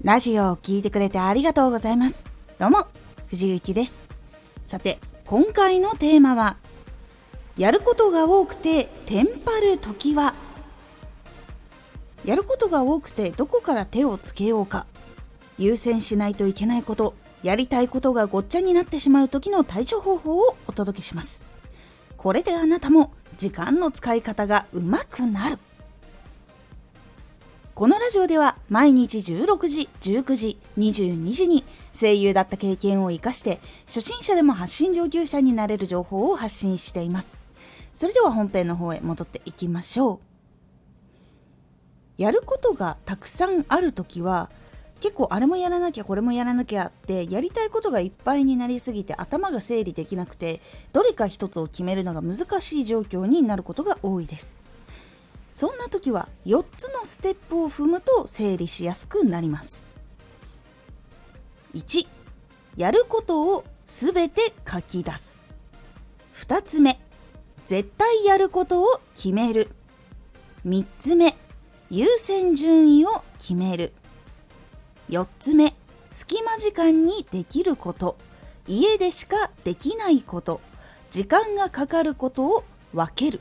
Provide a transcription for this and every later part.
ラジオを聞いてくれてありがとうございます。どうも藤幸です。さて今回のテーマは、やることが多くてテンパるときは。やることが多くてどこから手をつけようか、優先しないといけないこと、やりたいことがごっちゃになってしまう時の対処方法をお届けします。これであなたも時間の使い方が上手くなる。このラジオでは毎日16時、19時、22時に声優だった経験を生かして初心者でも発信上級者になれる情報を発信しています。それでは本編の方へ戻っていきましょう。やることがたくさんあるときは結構あれもやらなきゃこれもやらなきゃってやりたいことがいっぱいになりすぎて頭が整理できなくて、どれか一つを決めるのが難しい状況になることが多いです。そんな時は4つのステップを踏むと整理しやすくなります。1、やることをすべて書き出す。2つ目、絶対やることを決める。3つ目、優先順位を決める。4つ目、隙間時間にできること、家でしかできないこと、時間がかかることを分ける。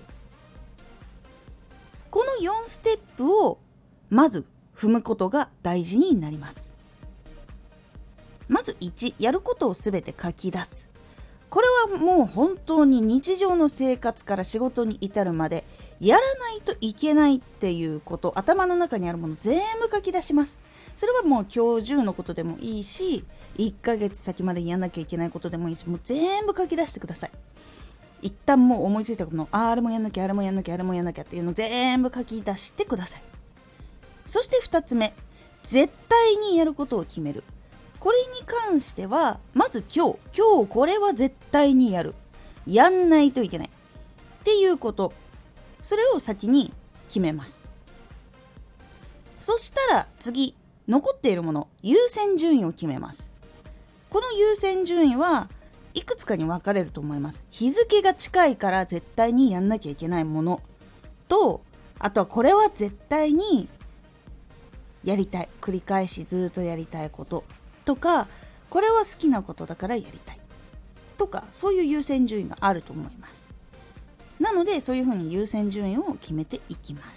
この4ステップをまず踏むことが大事になります。まず1、やることをすべて書き出す。これはもう本当に日常の生活から仕事に至るまでやらないといけないっていうこと、頭の中にあるもの全部書き出します。それはもう今日中のことでもいいし、1ヶ月先までやんなきゃいけないことでもいいし、もう全部書き出してください。一旦もう思いついたことのあれもやんなきゃあれもやんなきゃあれもやんなきゃっていうのを全部書き出してください。そして2つ目、絶対にやることを決める。これに関してはまず今日これは絶対にやる、やんないといけないっていうこと、それを先に決めます。そしたら次、残っているもの、優先順位を決めます。この優先順位はいくつかに分かれると思います。日付が近いから絶対にやんなきゃいけないものと、あとはこれは絶対にやりたい、繰り返しずっとやりたいこととか、これは好きなことだからやりたいとか、そういう優先順位があると思います。なのでそういうふうに優先順位を決めていきます。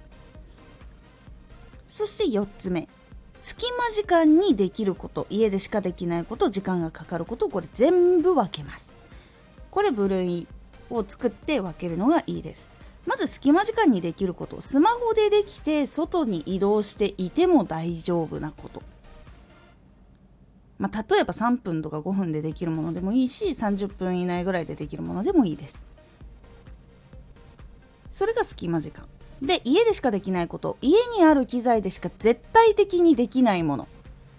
そして4つ目、隙間時間にできること、家でしかできないこと、時間がかかること、これ全部分けます。これ部類を作って分けるのがいいです。まず隙間時間にできること、スマホでできて外に移動していても大丈夫なこと、例えば3分とか5分でできるものでもいいし、30分以内ぐらいでできるものでもいいです。それが隙間時間で、家でしかできないこと、家にある機材でしか絶対的にできないもの、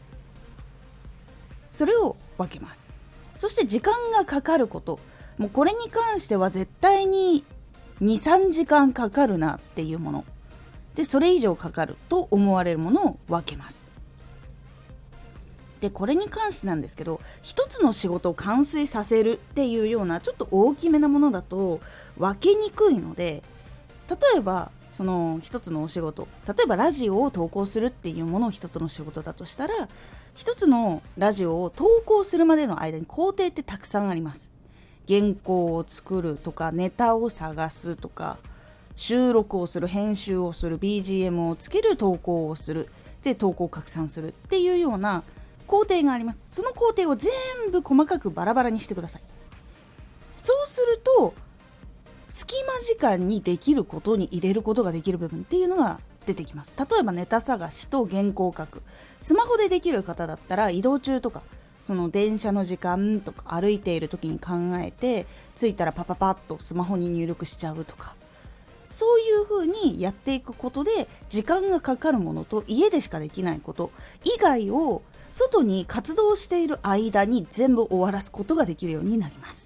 それを分けます。そして時間がかかること、もうこれに関しては絶対に 2,3 時間かかるなっていうもので、それ以上かかると思われるものを分けます。でこれに関してなんですけど、一つの仕事を完遂させるっていうようなちょっと大きめなものだと分けにくいので、例えばその一つのお仕事、例えばラジオを投稿するっていうものを一つの仕事だとしたら、一つのラジオを投稿するまでの間に工程ってたくさんあります。原稿を作るとか、ネタを探すとか、収録をする、編集をする、 BGM をつける、投稿をする、で投稿を拡散するっていうような工程があります。その工程を全部細かくバラバラにしてください。そうすると隙間時間にできることに入れることができる部分っていうのが出てきます。例えばネタ探しと原稿書く、スマホでできる方だったら移動中とか、その電車の時間とか歩いている時に考えて、着いたらパパパッとスマホに入力しちゃうとか、そういう風にやっていくことで時間がかかるものと家でしかできないこと以外を外に活動している間に全部終わらすことができるようになります。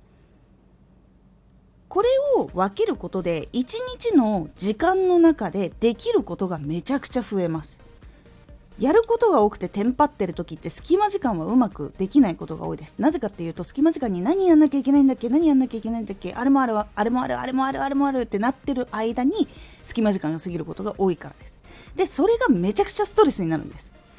これを分けることで1日の時間の中でできることがめちゃくちゃ増えます。やることが多くてテンパってる時って隙間時間はうまくできないことが多いです。なぜかっていうと、隙間時間に何やんなきゃいけないんだっけ、あれもあるわ、あれもある、あれもある、あれもあるってなってる間に隙間時間が過ぎることが多いからです。でそれがめちゃくちゃストレスになるんです。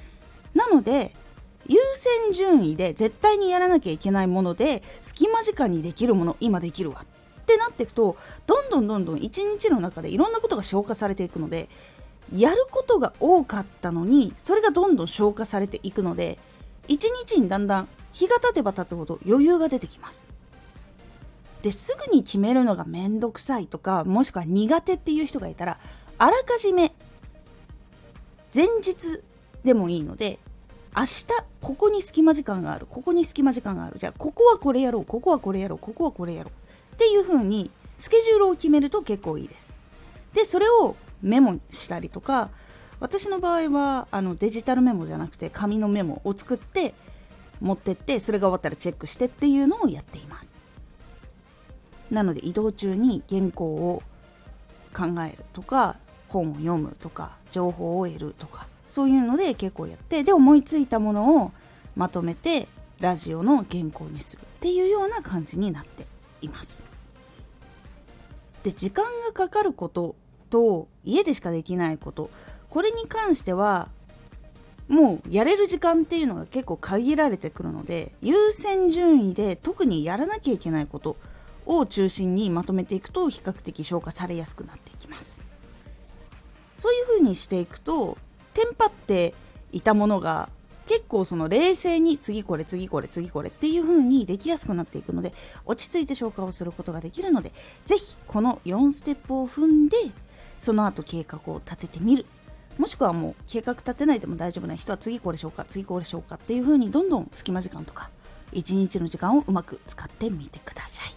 なので優先順位で絶対にやらなきゃいけないもので隙間時間にできるもの今できるわってなっていくと、どんどん一日の中でいろんなことが消化されていくので、やることが多かったのにそれがどんどん消化されていくので、一日にだんだん日が経てば経つほど余裕が出てきます。ですぐに決めるのがめんどくさいとか、もしくは苦手っていう人がいたら、あらかじめ前日でもいいので、明日ここに隙間時間がある、ここに隙間時間がある、じゃあここはこれやろう、ここはこれやろう、ここはこれやろうっていう風にスケジュールを決めると結構いいです。でそれをメモしたりとか、私の場合はデジタルメモじゃなくて紙のメモを作って持ってって、それが終わったらチェックしてっていうのをやっています。なので移動中に原稿を考えるとか、本を読むとか、情報を得るとか、そういうので結構やって、で思いついたものをまとめてラジオの原稿にするっていうような感じになっています。で時間がかかることと家でしかできないこと、これに関してはもうやれる時間っていうのが結構限られてくるので、優先順位で特にやらなきゃいけないことを中心にまとめていくと比較的消化されやすくなっていきます。そういう風にしていくと、テンパっていたものが結構その冷静に次これ次これ次これっていう風にできやすくなっていくので、落ち着いて消化をすることができるので、ぜひこの4ステップを踏んでその後計画を立ててみる、もしくはもう計画立てないでも大丈夫な人は次これしようか次これしようかっていう風にどんどん隙間時間とか1日の時間をうまく使ってみてください。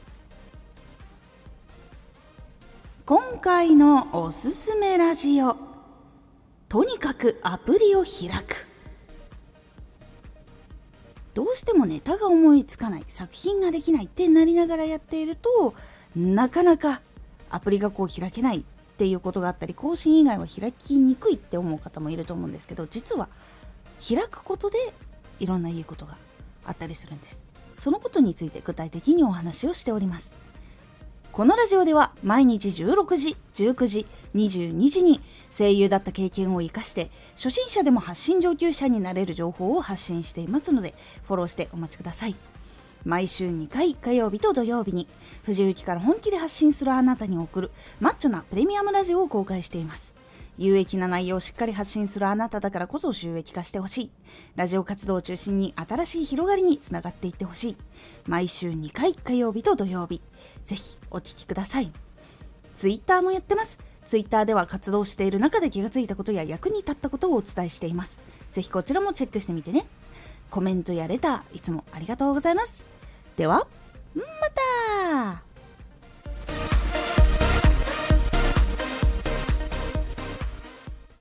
今回のおすすめラジオ、とにかくアプリを開く。どうしてもネタが思いつかない、作品ができないってなりながらやっていると、なかなかアプリがこう開けないっていうことがあったり、更新以外は開きにくいって思う方もいると思うんですけど、実は開くことでいろんないいことがあったりするんです。そのことについて具体的にお話をしております。このラジオでは毎日16時、19時、22時に声優だった経験を生かして初心者でも発信上級者になれる情報を発信していますので、フォローしてお待ちください。毎週2回、火曜日と土曜日に藤雪から本気で発信するあなたに送るマッチョなプレミアムラジオを公開しています。有益な内容をしっかり発信するあなただからこそ収益化してほしい。ラジオ活動を中心に新しい広がりにつながっていってほしい。毎週2回、火曜日と土曜日、ぜひお聞きください。ツイッターもやってます。ツイッターでは活動している中で気がついたことや役に立ったことをお伝えしています。ぜひこちらもチェックしてみてね。コメントやレターいつもありがとうございます。ではまた。